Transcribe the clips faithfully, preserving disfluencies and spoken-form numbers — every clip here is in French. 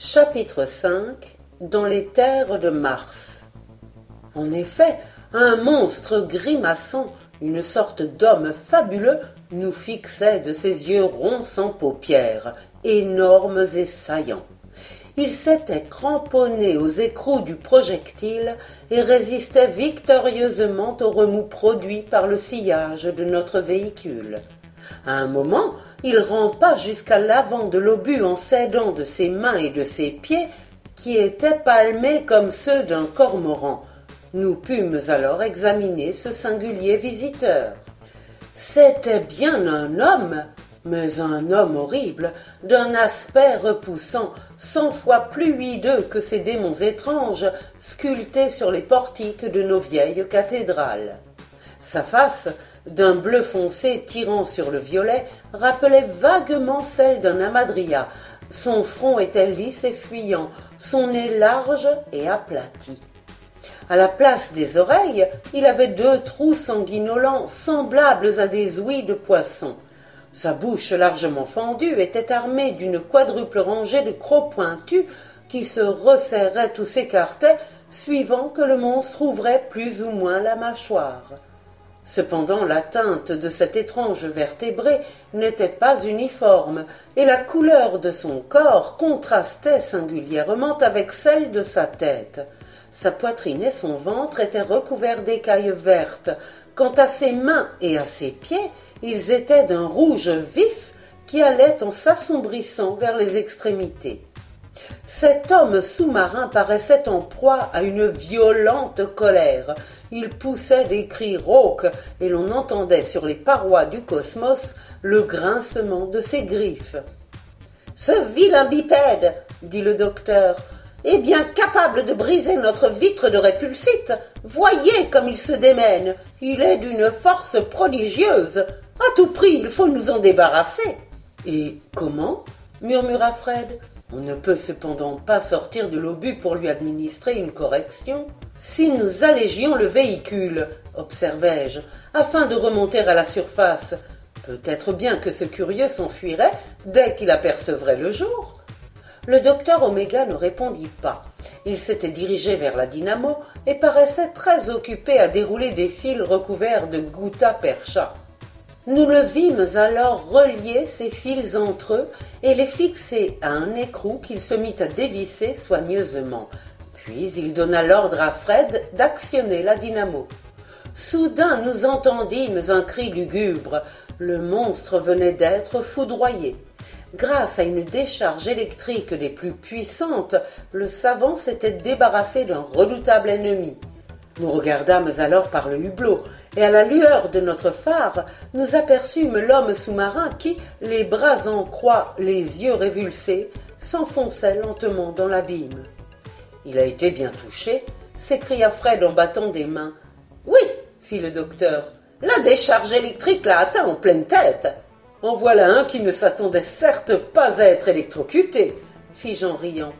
Chapitre cinq. Dans les terres de Mars. En effet, un monstre grimaçant, une sorte d'homme fabuleux, nous fixait de ses yeux ronds sans paupières, énormes et saillants. Il s'était cramponné aux écrous du projectile et résistait victorieusement aux remous produits par le sillage de notre véhicule. À un moment, il rampa jusqu'à l'avant de l'obus en s'aidant de ses mains et de ses pieds, qui étaient palmés comme ceux d'un cormoran. Nous pûmes alors examiner ce singulier visiteur. C'était bien un homme, mais un homme horrible, d'un aspect repoussant, cent fois plus hideux que ces démons étranges sculptés sur les portiques de nos vieilles cathédrales. Sa face, d'un bleu foncé tirant sur le violet, rappelait vaguement celle d'un hamadryas. Son front était lisse et fuyant, son nez large et aplati. À la place des oreilles, il avait deux trous sanguinolents semblables à des ouïes de poisson. Sa bouche largement fendue était armée d'une quadruple rangée de crocs pointus qui se resserraient ou s'écartaient suivant que le monstre ouvrait plus ou moins la mâchoire. Cependant, la teinte de cet étrange vertébré n'était pas uniforme, et la couleur de son corps contrastait singulièrement avec celle de sa tête. Sa poitrine et son ventre étaient recouverts d'écailles vertes. Quant à ses mains et à ses pieds, ils étaient d'un rouge vif qui allait en s'assombrissant vers les extrémités. Cet homme sous-marin paraissait en proie à une violente colère. Il poussait des cris rauques et l'on entendait sur les parois du cosmos le grincement de ses griffes. « Ce vilain bipède, dit le docteur, est bien capable de briser notre vitre de répulsite. Voyez comme il se démène. Il est d'une force prodigieuse. À tout prix, il faut nous en débarrasser. »« Et comment ?» murmura Fred. « On ne peut cependant pas sortir de l'obus pour lui administrer une correction. »« Si nous allégions le véhicule, observai-je, afin de remonter à la surface, peut-être bien que ce curieux s'enfuirait dès qu'il apercevrait le jour. » Le docteur Oméga ne répondit pas. Il s'était dirigé vers la dynamo et paraissait très occupé à dérouler des fils recouverts de gutta percha. Nous le vîmes alors relier ces fils entre eux et les fixer à un écrou qu'il se mit à dévisser soigneusement. Puis il donna l'ordre à Fred d'actionner la dynamo. Soudain nous entendîmes un cri lugubre. Le monstre venait d'être foudroyé. Grâce à une décharge électrique des plus puissantes, le savant s'était débarrassé d'un redoutable ennemi. Nous regardâmes alors par le hublot, et à la lueur de notre phare, nous aperçûmes l'homme sous-marin qui, les bras en croix, les yeux révulsés, s'enfonçait lentement dans l'abîme. « Il a été bien touché » s'écria Fred en battant des mains. « Oui, fit le docteur, la décharge électrique l'a atteint en pleine tête. » « En voilà un qui ne s'attendait certes pas à être électrocuté, » fis-je en riant.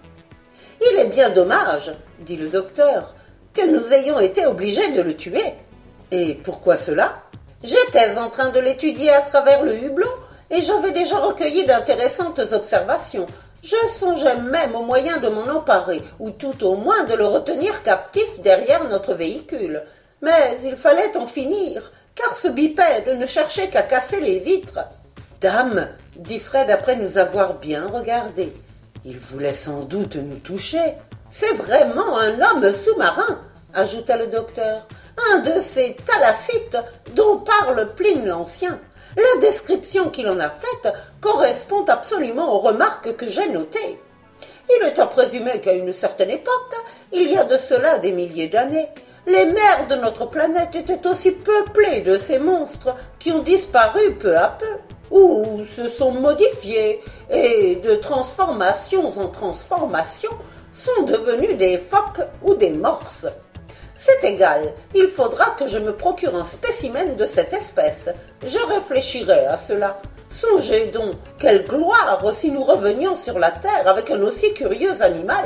« Il est bien dommage, » dit le docteur, « que nous ayons été obligés de le tuer. »« Et pourquoi cela ?»« J'étais en train de l'étudier à travers le hublot et j'avais déjà recueilli d'intéressantes observations. Je songeais même au moyen de m'en emparer, ou tout au moins de le retenir captif derrière notre véhicule. Mais il fallait en finir, car ce bipède ne cherchait qu'à casser les vitres. » « Dame, dit Fred après nous avoir bien regardés, il voulait sans doute nous toucher. »« C'est vraiment un homme sous-marin, ajouta le docteur, un de ces thalassites dont parle Pline l'Ancien. La description qu'il en a faite correspond absolument aux remarques que j'ai notées. Il est à présumer qu'à une certaine époque, il y a de cela des milliers d'années, les mers de notre planète étaient aussi peuplées de ces monstres qui ont disparu peu à peu, ou se sont modifiés, et de transformations en transformations sont devenus des phoques ou des morses. C'est égal, il faudra que je me procure un spécimen de cette espèce. Je réfléchirai à cela. Songez donc, quelle gloire si nous revenions sur la Terre avec un aussi curieux animal.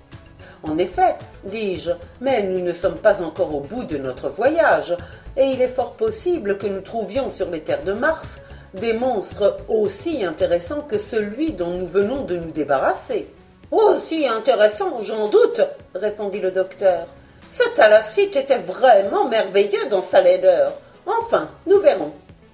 En effet, dis-je, mais nous ne sommes pas encore au bout de notre voyage, et il est fort possible que nous trouvions sur les terres de Mars des monstres aussi intéressants que celui dont nous venons de nous débarrasser. Aussi intéressant, j'en doute, répondit le docteur. Ce thalassite était vraiment merveilleux dans sa laideur. Enfin, nous verrons.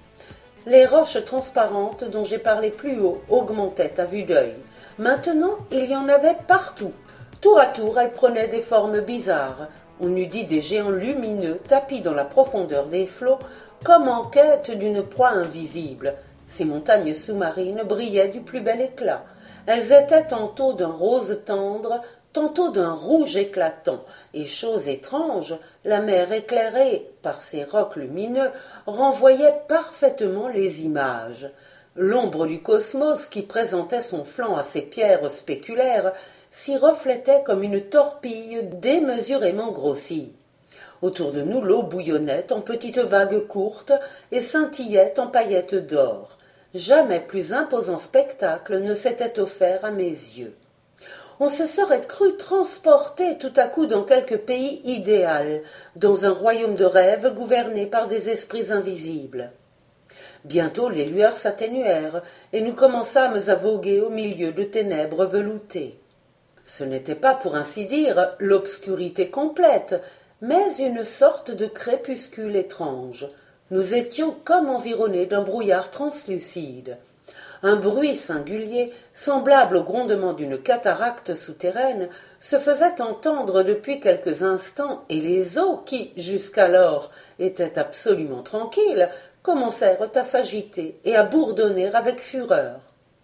Les roches transparentes dont j'ai parlé plus haut augmentaient à vue d'œil. Maintenant, il y en avait partout. Tour à tour, elles prenaient des formes bizarres. On eût dit des géants lumineux tapis dans la profondeur des flots, comme en quête d'une proie invisible. Ces montagnes sous-marines brillaient du plus bel éclat. Elles étaient tantôt d'un rose tendre, tantôt d'un rouge éclatant, et chose étrange, la mer éclairée par ces rocs lumineux renvoyait parfaitement les images. L'ombre du cosmos qui présentait son flanc à ces pierres spéculaires s'y reflétait comme une torpille démesurément grossie. Autour de nous, l'eau bouillonnait en petites vagues courtes et scintillait en paillettes d'or. Jamais plus imposant spectacle ne s'était offert à mes yeux. On se serait cru transporté tout à coup dans quelque pays idéal, dans un royaume de rêve gouverné par des esprits invisibles. Bientôt les lueurs s'atténuèrent, et nous commençâmes à voguer au milieu de ténèbres veloutées. Ce n'était pas, pour ainsi dire, l'obscurité complète, mais une sorte de crépuscule étrange. Nous étions comme environnés d'un brouillard translucide. Un bruit singulier, semblable au grondement d'une cataracte souterraine, se faisait entendre depuis quelques instants, et les eaux, qui, jusqu'alors, étaient absolument tranquilles, commencèrent à s'agiter et à bourdonner avec fureur.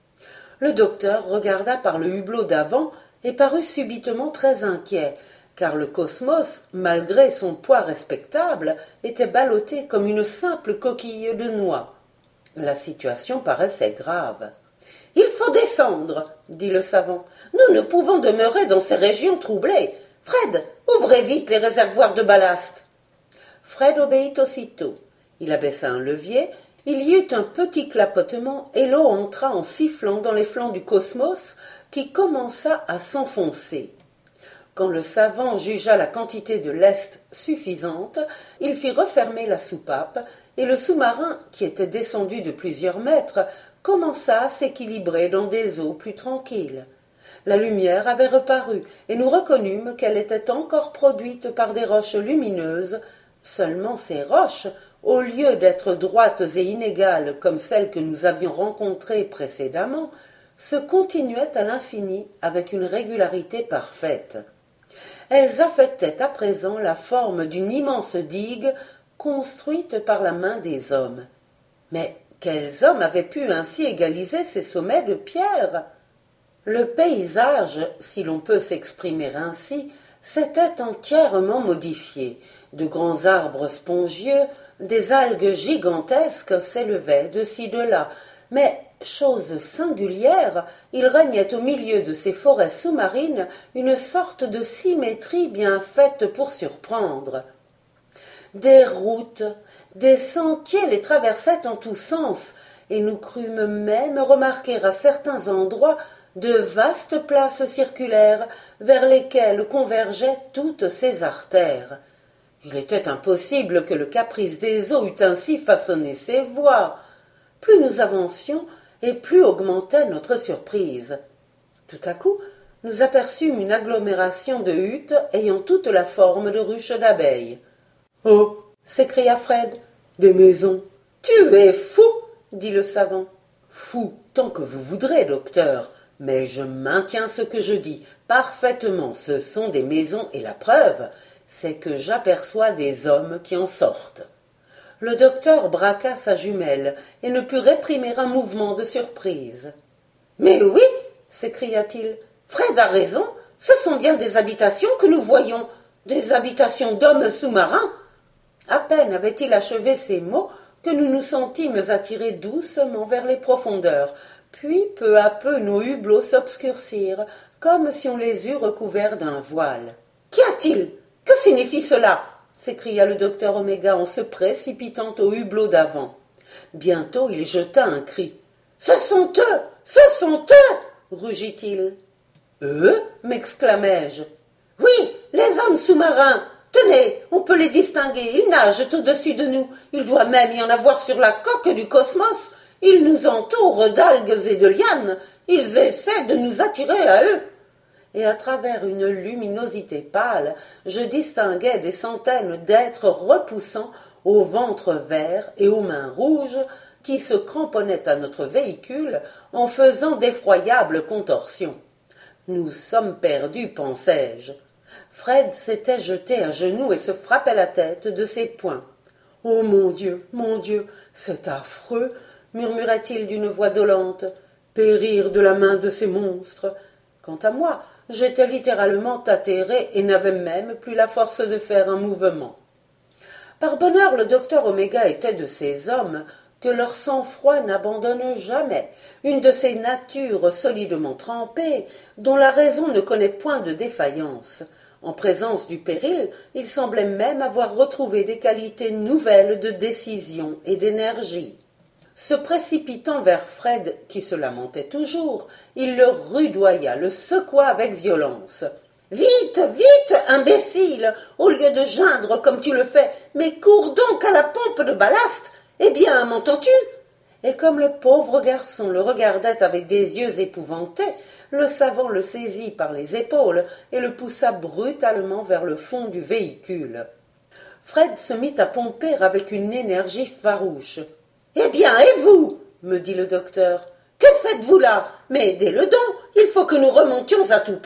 Le docteur regarda par le hublot d'avant et parut subitement très inquiet, car le cosmos, malgré son poids respectable, était ballotté comme une simple coquille de noix. La situation paraissait grave. « Il faut descendre, » dit le savant. « Nous ne pouvons demeurer dans ces régions troublées. Fred, ouvrez vite les réservoirs de ballast. » Fred obéit aussitôt. Il abaissa un levier, il y eut un petit clapotement et l'eau entra en sifflant dans les flancs du cosmos qui commença à s'enfoncer. Quand le savant jugea la quantité de lest suffisante, il fit refermer la soupape et le sous-marin, qui était descendu de plusieurs mètres, commença à s'équilibrer dans des eaux plus tranquilles. La lumière avait reparu et nous reconnûmes qu'elle était encore produite par des roches lumineuses. Seulement ces roches, au lieu d'être droites et inégales comme celles que nous avions rencontrées précédemment, se continuaient à l'infini avec une régularité parfaite. Elles affectaient à présent la forme d'une immense digue construite par la main des hommes. Mais quels hommes avaient pu ainsi égaliser ces sommets de pierre? Le paysage, si l'on peut s'exprimer ainsi, s'était entièrement modifié. De grands arbres spongieux, des algues gigantesques s'élevaient de ci de là, mais, chose singulière, il régnait au milieu de ces forêts sous-marines une sorte de symétrie bien faite pour surprendre. Des routes, des sentiers les traversaient en tous sens, et nous crûmes même remarquer à certains endroits de vastes places circulaires vers lesquelles convergeaient toutes ces artères. Il était impossible que le caprice des eaux eût ainsi façonné ces voies. Plus nous avancions, et plus augmentait notre surprise. Tout à coup, nous aperçûmes une agglomération de huttes ayant toute la forme de ruches d'abeilles. « Oh !» s'écria Fred. « Des maisons !»« Tu es fou !» dit le savant. « Fou tant que vous voudrez, docteur, mais je maintiens ce que je dis. Parfaitement, ce sont des maisons, et la preuve, c'est que j'aperçois des hommes qui en sortent. » Le docteur braqua sa jumelle et ne put réprimer un mouvement de surprise. « Mais oui !» s'écria-t-il. « Fred a raison, ce sont bien des habitations que nous voyons, des habitations d'hommes sous-marins. » À peine avait-il achevé ces mots que nous nous sentîmes attirés doucement vers les profondeurs, puis peu à peu nos hublots s'obscurcirent, comme si on les eût recouverts d'un voile. « Qu'y a-t-il? Que signifie cela ?» s'écria le docteur Oméga en se précipitant au hublot d'avant. Bientôt il jeta un cri. « Ce sont eux! Ce sont eux !» rugit-il. « Eux » m'exclamai-je. « Oui, les hommes sous-marins! Tenez, on peut les distinguer, ils nagent au-dessus de nous. Il doit même y en avoir sur la coque du cosmos. Ils nous entourent d'algues et de lianes. Ils essaient de nous attirer à eux. » et à travers une luminosité pâle, je distinguais des centaines d'êtres repoussants au ventre vert et aux mains rouges qui se cramponnaient à notre véhicule en faisant d'effroyables contorsions. Nous sommes perdus, pensai-je. Fred s'était jeté à genoux et se frappait la tête de ses poings. « Oh mon Dieu, mon Dieu, c'est affreux !» murmurait-il d'une voix dolente. « Périr de la main de ces monstres !» Quant à moi, j'étais littéralement atterré et n'avais même plus la force de faire un mouvement. Par bonheur, le docteur Oméga était de ces hommes que leur sang-froid n'abandonne jamais, une de ces natures solidement trempées dont la raison ne connaît point de défaillance. En présence du péril, il semblait même avoir retrouvé des qualités nouvelles de décision et d'énergie. Se précipitant vers Fred, qui se lamentait toujours, il le rudoya, le secoua avec violence. « Vite, vite, imbécile, au lieu de geindre comme tu le fais, mais cours donc à la pompe de ballast. Eh bien, m'entends-tu » Et comme le pauvre garçon le regardait avec des yeux épouvantés, le savant le saisit par les épaules et le poussa brutalement vers le fond du véhicule. Fred se mit à pomper avec une énergie farouche. « Eh bien, et vous » me dit le docteur. « Que faites-vous là ? Mais aidez-le donc, il faut que nous remontions à tout prix. »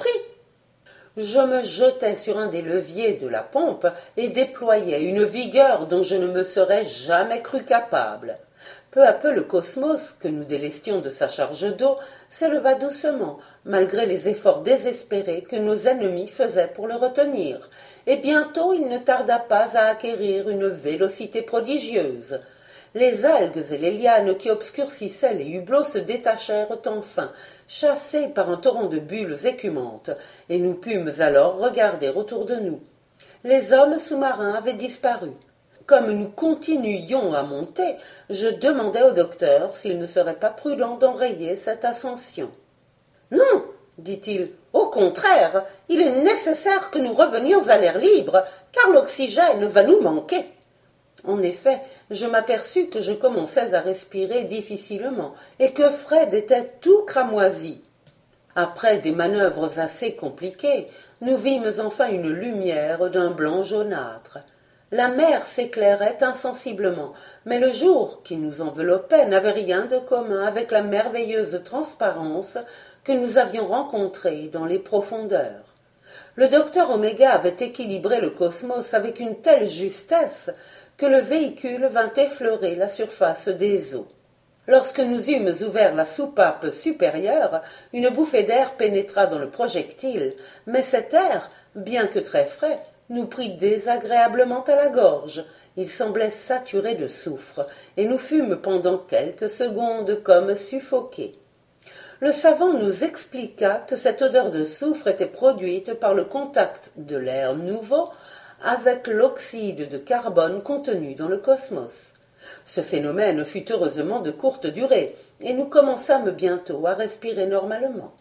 Je me jetai sur un des leviers de la pompe et déployai une vigueur dont je ne me serais jamais cru capable. Peu à peu, le cosmos, que nous délestions de sa charge d'eau, s'éleva doucement, malgré les efforts désespérés que nos ennemis faisaient pour le retenir, et bientôt il ne tarda pas à acquérir une vélocité prodigieuse. Les algues et les lianes qui obscurcissaient les hublots se détachèrent enfin, chassés par un torrent de bulles écumantes, et nous pûmes alors regarder autour de nous. Les hommes sous-marins avaient disparu. Comme nous continuions à monter, je demandai au docteur s'il ne serait pas prudent d'enrayer cette ascension. « Non, dit-il, au contraire, il est nécessaire que nous revenions à l'air libre, car l'oxygène va nous manquer. » En effet, je m'aperçus que je commençais à respirer difficilement et que Fred était tout cramoisi. Après des manœuvres assez compliquées, nous vîmes enfin une lumière d'un blanc jaunâtre. La mer s'éclairait insensiblement, mais le jour qui nous enveloppait n'avait rien de commun avec la merveilleuse transparence que nous avions rencontrée dans les profondeurs. Le docteur Oméga avait équilibré le cosmos avec une telle justesse que le véhicule vint effleurer la surface des eaux. Lorsque nous eûmes ouvert la soupape supérieure, une bouffée d'air pénétra dans le projectile, mais cet air, bien que très frais, nous prit désagréablement à la gorge. Il semblait saturé de soufre, et nous fûmes pendant quelques secondes comme suffoqués. Le savant nous expliqua que cette odeur de soufre était produite par le contact de l'air nouveau avec l'oxyde de carbone contenu dans le cosmos. Ce phénomène fut heureusement de courte durée, et nous commençâmes bientôt à respirer normalement.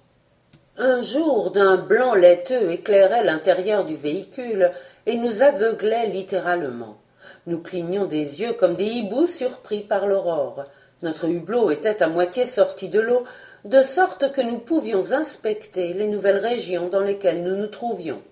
Un jour d'un blanc laiteux éclairait l'intérieur du véhicule et nous aveuglait littéralement. Nous clignions des yeux comme des hiboux surpris par l'aurore. Notre hublot était à moitié sorti de l'eau, de sorte que nous pouvions inspecter les nouvelles régions dans lesquelles nous nous trouvions.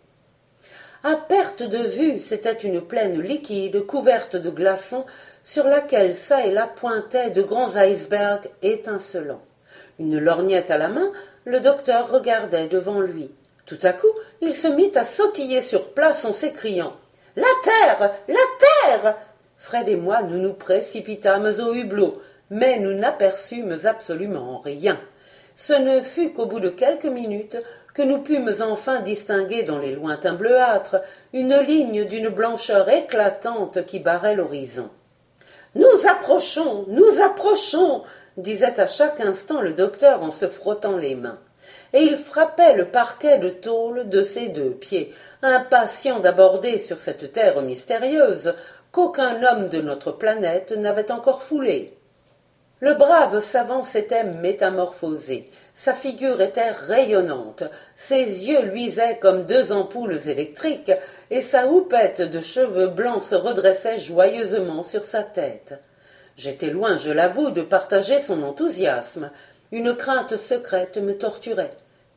À perte de vue, c'était une plaine liquide couverte de glaçons sur laquelle çà et là pointaient de grands icebergs étincelants. Une lorgnette à la main, le docteur regardait devant lui. Tout à coup, il se mit à sautiller sur place en s'écriant « La terre! La terre !» Fred et moi, nous nous précipitâmes au hublot, mais nous n'aperçûmes absolument rien. Ce ne fut qu'au bout de quelques minutes que nous pûmes enfin distinguer dans les lointains bleuâtres une ligne d'une blancheur éclatante qui barrait l'horizon. « Nous approchons, nous approchons !» disait à chaque instant le docteur en se frottant les mains. Et il frappait le parquet de tôle de ses deux pieds, impatient d'aborder sur cette terre mystérieuse qu'aucun homme de notre planète n'avait encore foulée. Le brave savant s'était métamorphosé, sa figure était rayonnante, ses yeux luisaient comme deux ampoules électriques, et sa houppette de cheveux blancs se redressait joyeusement sur sa tête. J'étais loin, je l'avoue, de partager son enthousiasme. Une crainte secrète me torturait.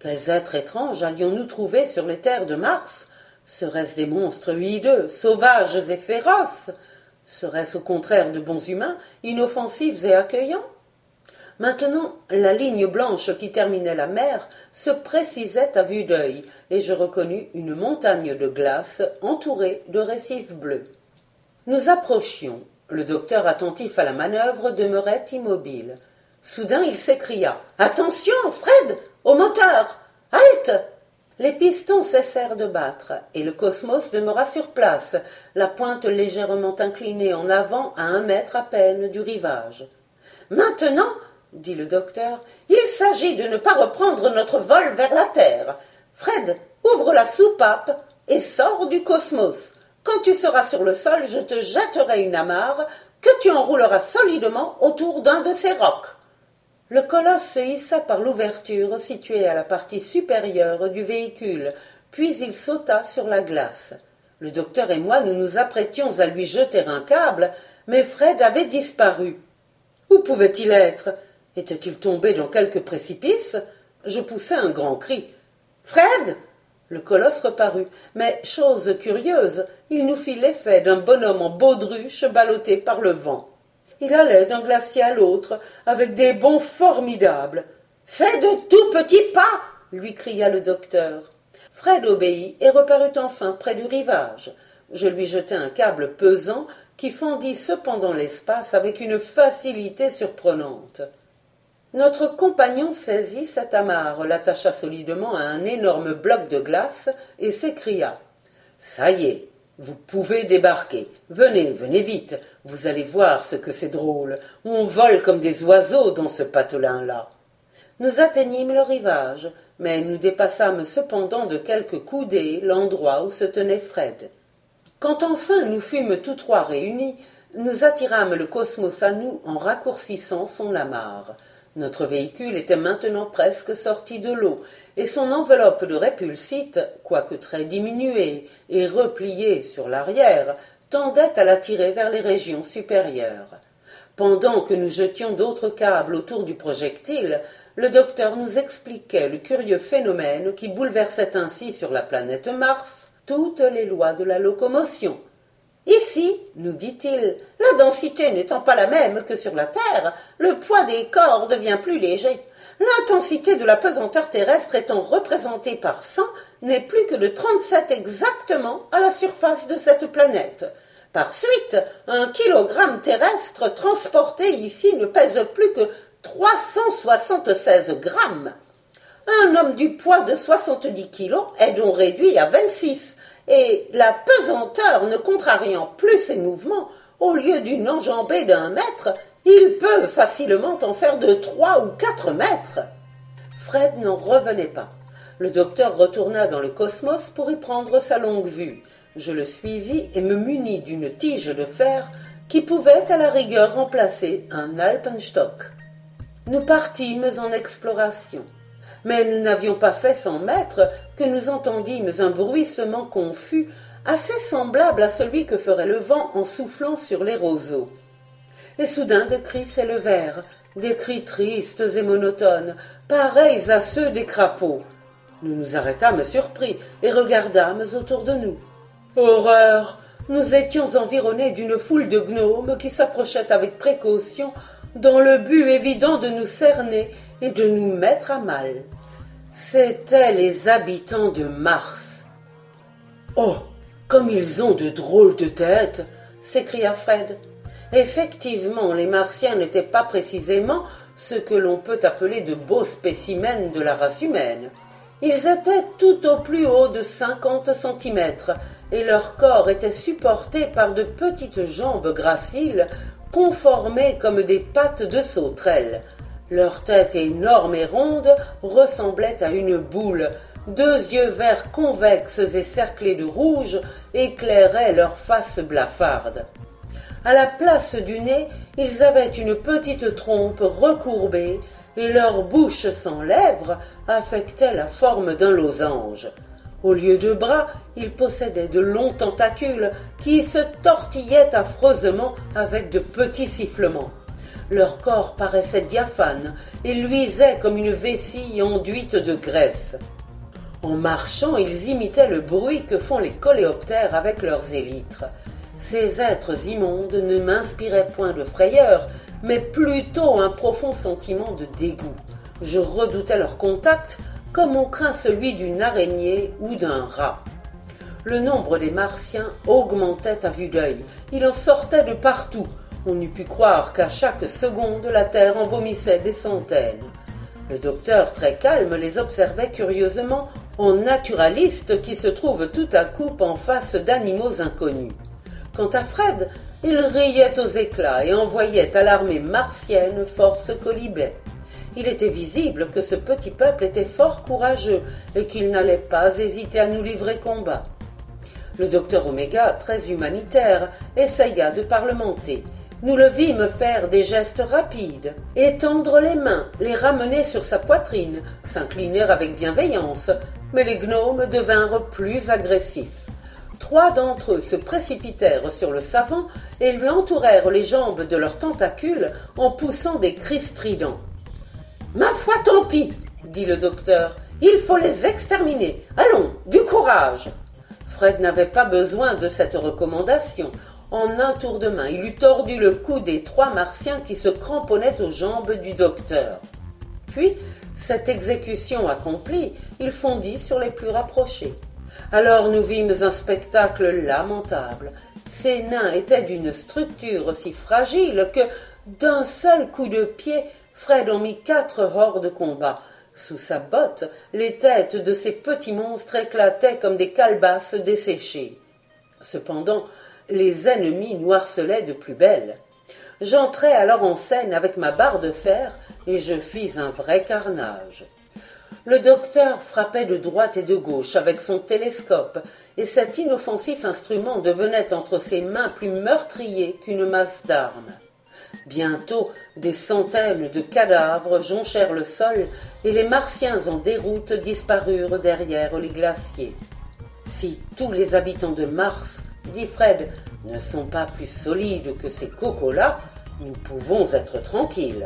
Quels êtres étranges allions-nous trouver sur les terres de Mars? Seraient-ce des monstres hideux, sauvages et féroces? Seraient-ce au contraire de bons humains, inoffensifs et accueillants? Maintenant, la ligne blanche qui terminait la mer se précisait à vue d'œil, et je reconnus une montagne de glace entourée de récifs bleus. Nous approchions. Le docteur, attentif à la manœuvre, demeurait immobile. Soudain, il s'écria « Attention, Fred, au moteur! Halte !» Les pistons cessèrent de battre, et le Cosmos demeura sur place, la pointe légèrement inclinée en avant à un mètre à peine du rivage. « Maintenant, dit le docteur, il s'agit de ne pas reprendre notre vol vers la Terre. Fred, ouvre la soupape et sors du Cosmos. Quand tu seras sur le sol, je te jetterai une amarre que tu enrouleras solidement autour d'un de ces rocs. » Le colosse se hissa par l'ouverture située à la partie supérieure du véhicule, puis il sauta sur la glace. Le docteur et moi, nous nous apprêtions à lui jeter un câble, mais Fred avait disparu. Où pouvait-il être? Était-il tombé dans quelque précipice? Je poussai un grand cri. « Fred !» Le colosse reparut, mais, chose curieuse, il nous fit l'effet d'un bonhomme en baudruche ballotté par le vent. Il allait d'un glacier à l'autre, avec des bonds formidables. « Fais de tout petits pas !» lui cria le docteur. Fred obéit et reparut enfin près du rivage. Je lui jetai un câble pesant qui fendit cependant l'espace avec une facilité surprenante. Notre compagnon saisit cette amarre, l'attacha solidement à un énorme bloc de glace et s'écria « Ça y est, vous pouvez débarquer. Venez, venez vite, vous allez voir ce que c'est drôle. On vole comme des oiseaux dans ce patelin-là. » Nous atteignîmes le rivage, mais nous dépassâmes cependant de quelques coudées l'endroit où se tenait Fred. Quand enfin nous fûmes tous trois réunis, nous attirâmes le Cosmos à nous en raccourcissant son amarre. Notre véhicule était maintenant presque sorti de l'eau, et son enveloppe de répulsite, quoique très diminuée et repliée sur l'arrière, tendait à l'attirer vers les régions supérieures. Pendant que nous jetions d'autres câbles autour du projectile, le docteur nous expliquait le curieux phénomène qui bouleversait ainsi sur la planète Mars toutes les lois de la locomotion. Ici, nous dit-il, la densité n'étant pas la même que sur la Terre, le poids des corps devient plus léger. L'intensité de la pesanteur terrestre étant représentée par cent n'est plus que de trente-sept exactement à la surface de cette planète. Par suite, un kilogramme terrestre transporté ici ne pèse plus que trois cent soixante-seize grammes. Un homme du poids de soixante-dix kilos est donc réduit à vingt-six, et la pesanteur ne contrariant plus ses mouvements, au lieu d'une enjambée d'un mètre, il peut facilement en faire de trois ou quatre mètres. Fred n'en revenait pas. Le docteur retourna dans le Cosmos pour y prendre sa longue vue. Je le suivis et me munis d'une tige de fer qui pouvait à la rigueur remplacer un alpenstock. Nous partîmes en exploration. Mais nous n'avions pas fait cent mètres que nous entendîmes un bruissement confus, assez semblable à celui que ferait le vent en soufflant sur les roseaux. Et soudain des cris s'élevèrent, des cris tristes et monotones, pareils à ceux des crapauds. Nous nous arrêtâmes surpris et regardâmes autour de nous. Horreur! Nous étions environnés d'une foule de gnomes qui s'approchaient avec précaution, dans le but évident de nous cerner et de nous mettre à mal. C'étaient les habitants de Mars. « Oh, comme ils ont de drôles de têtes !» s'écria Fred. Effectivement, les Martiens n'étaient pas précisément ce que l'on peut appeler de beaux spécimens de la race humaine. Ils étaient tout au plus haut de cinquante centimètres, et leur corps était supporté par de petites jambes graciles, conformées comme des pattes de sauterelle. Leur tête énorme et ronde ressemblait à une boule. Deux yeux verts convexes et cerclés de rouge éclairaient leurs faces blafardes. À la place du nez, ils avaient une petite trompe recourbée et leur bouche sans lèvres affectait la forme d'un losange. Au lieu de bras, ils possédaient de longs tentacules qui se tortillaient affreusement avec de petits sifflements. Leur corps paraissait diaphane et luisait comme une vessie enduite de graisse. En marchant, ils imitaient le bruit que font les coléoptères avec leurs élytres. Ces êtres immondes ne m'inspiraient point de frayeur, mais plutôt un profond sentiment de dégoût. Je redoutais leur contact comme on craint celui d'une araignée ou d'un rat. Le nombre des Martiens augmentait à vue d'œil. Il en sortait de partout. On eût pu croire qu'à chaque seconde, la Terre en vomissait des centaines. Le docteur, très calme, les observait curieusement en naturaliste qui se trouve tout à coup en face d'animaux inconnus. Quant à Fred, il riait aux éclats et envoyait à l'armée martienne force quolibets. Il était visible que ce petit peuple était fort courageux et qu'il n'allait pas hésiter à nous livrer combat. Le docteur Oméga, très humanitaire, essaya de parlementer. Nous le vîmes faire des gestes rapides, étendre les mains, les ramener sur sa poitrine, s'incliner avec bienveillance, mais les gnomes devinrent plus agressifs. Trois d'entre eux se précipitèrent sur le savant et lui entourèrent les jambes de leurs tentacules en poussant des cris stridents. « Ma foi, tant pis !» dit le docteur. « Il faut les exterminer. Allons, du courage !» Fred n'avait pas besoin de cette recommandation. En un tour de main, il eut tordu le cou des trois Martiens qui se cramponnaient aux jambes du docteur. Puis, cette exécution accomplie, il fondit sur les plus rapprochés. Alors nous vîmes un spectacle lamentable. Ces nains étaient d'une structure si fragile que, d'un seul coup de pied, Fred en mit quatre hors de combat. Sous sa botte, les têtes de ces petits monstres éclataient comme des calebasses desséchées. Cependant, les ennemis noircelaient de plus belle. J'entrai alors en scène avec ma barre de fer et je fis un vrai carnage. Le docteur frappait de droite et de gauche avec son télescope, et cet inoffensif instrument devenait entre ses mains plus meurtrier qu'une masse d'armes. Bientôt, des centaines de cadavres jonchèrent le sol, et les Martiens en déroute disparurent derrière les glaciers. Si tous les habitants de Mars, dit Fred, ne sont pas plus solides que ces cocos-là, nous pouvons être tranquilles.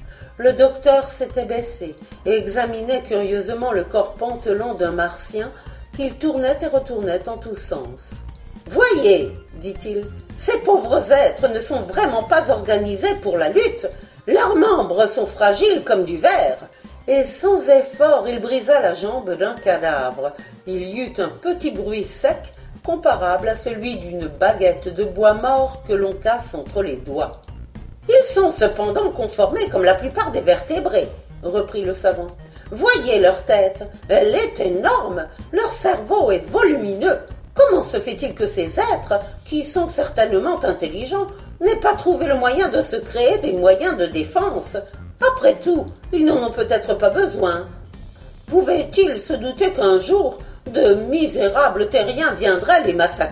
Le docteur s'était baissé et examinait curieusement le corps pantelant d'un Martien qu'il tournait et retournait en tous sens. « Voyez, dit-il, ces pauvres êtres ne sont vraiment pas organisés pour la lutte. Leurs membres sont fragiles comme du verre. » Et sans effort, il brisa la jambe d'un cadavre. Il y eut un petit bruit sec comparable à celui d'une baguette de bois mort que l'on casse entre les doigts. « Ils sont cependant conformés comme la plupart des vertébrés, » reprit le savant. « Voyez leur tête, elle est énorme, leur cerveau est volumineux. Comment se fait-il que ces êtres, qui sont certainement intelligents, n'aient pas trouvé le moyen de se créer des moyens de défense? Après tout, ils n'en ont peut-être pas besoin. Pouvaient-ils se douter qu'un jour, de misérables terriens viendraient les massacrer ?»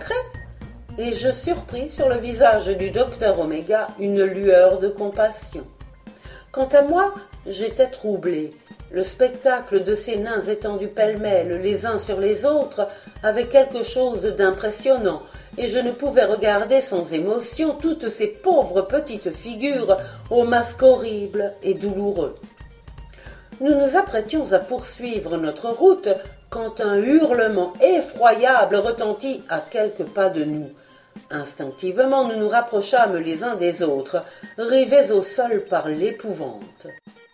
Et je surpris sur le visage du docteur Oméga une lueur de compassion. Quant à moi, j'étais troublé. Le spectacle de ces nains étendus pêle-mêle les uns sur les autres avait quelque chose d'impressionnant, et je ne pouvais regarder sans émotion toutes ces pauvres petites figures aux masques horribles et douloureux. Nous nous apprêtions à poursuivre notre route quand un hurlement effroyable retentit à quelques pas de nous. Instinctivement, nous nous rapprochâmes les uns des autres, rivés au sol par l'épouvante.